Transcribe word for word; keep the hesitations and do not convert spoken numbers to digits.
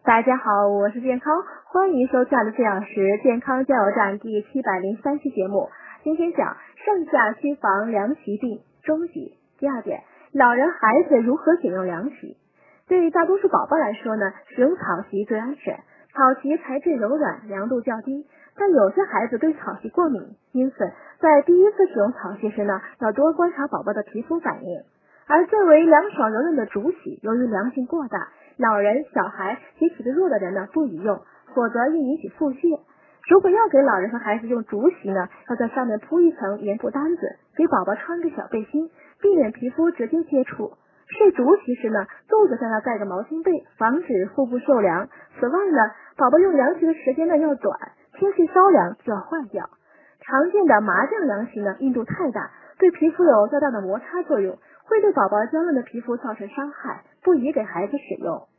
大家好，我是健康，欢迎收看的四小时健康加油站第七百零三期节目。今天讲上下需防凉席病终极。第二点，老人孩子如何选用凉席？对于大多数宝宝来说呢，使用草席最安全。草席材质柔软，凉度较低，但有些孩子对草席过敏，因此在第一次使用草席时呢，要多观察宝宝的皮肤反应。而最为凉爽柔韧的竹席，由于凉性过大，老人、小孩及体质弱的人呢不宜用，否则易引起腹泻。如果要给老人和孩子用竹席呢，要在上面铺一层棉布单子，给宝宝穿个小背心，避免皮肤直接接触。睡竹席时呢，肚子上要盖个毛巾被，防止腹部受凉。此外呢，宝宝用凉席的时间呢要短，天气稍凉就要换掉。常见的麻将凉席呢，硬度太大，对皮肤有较大的摩擦作用，会对宝宝娇嫩的皮肤造成伤害，不宜给孩子使用。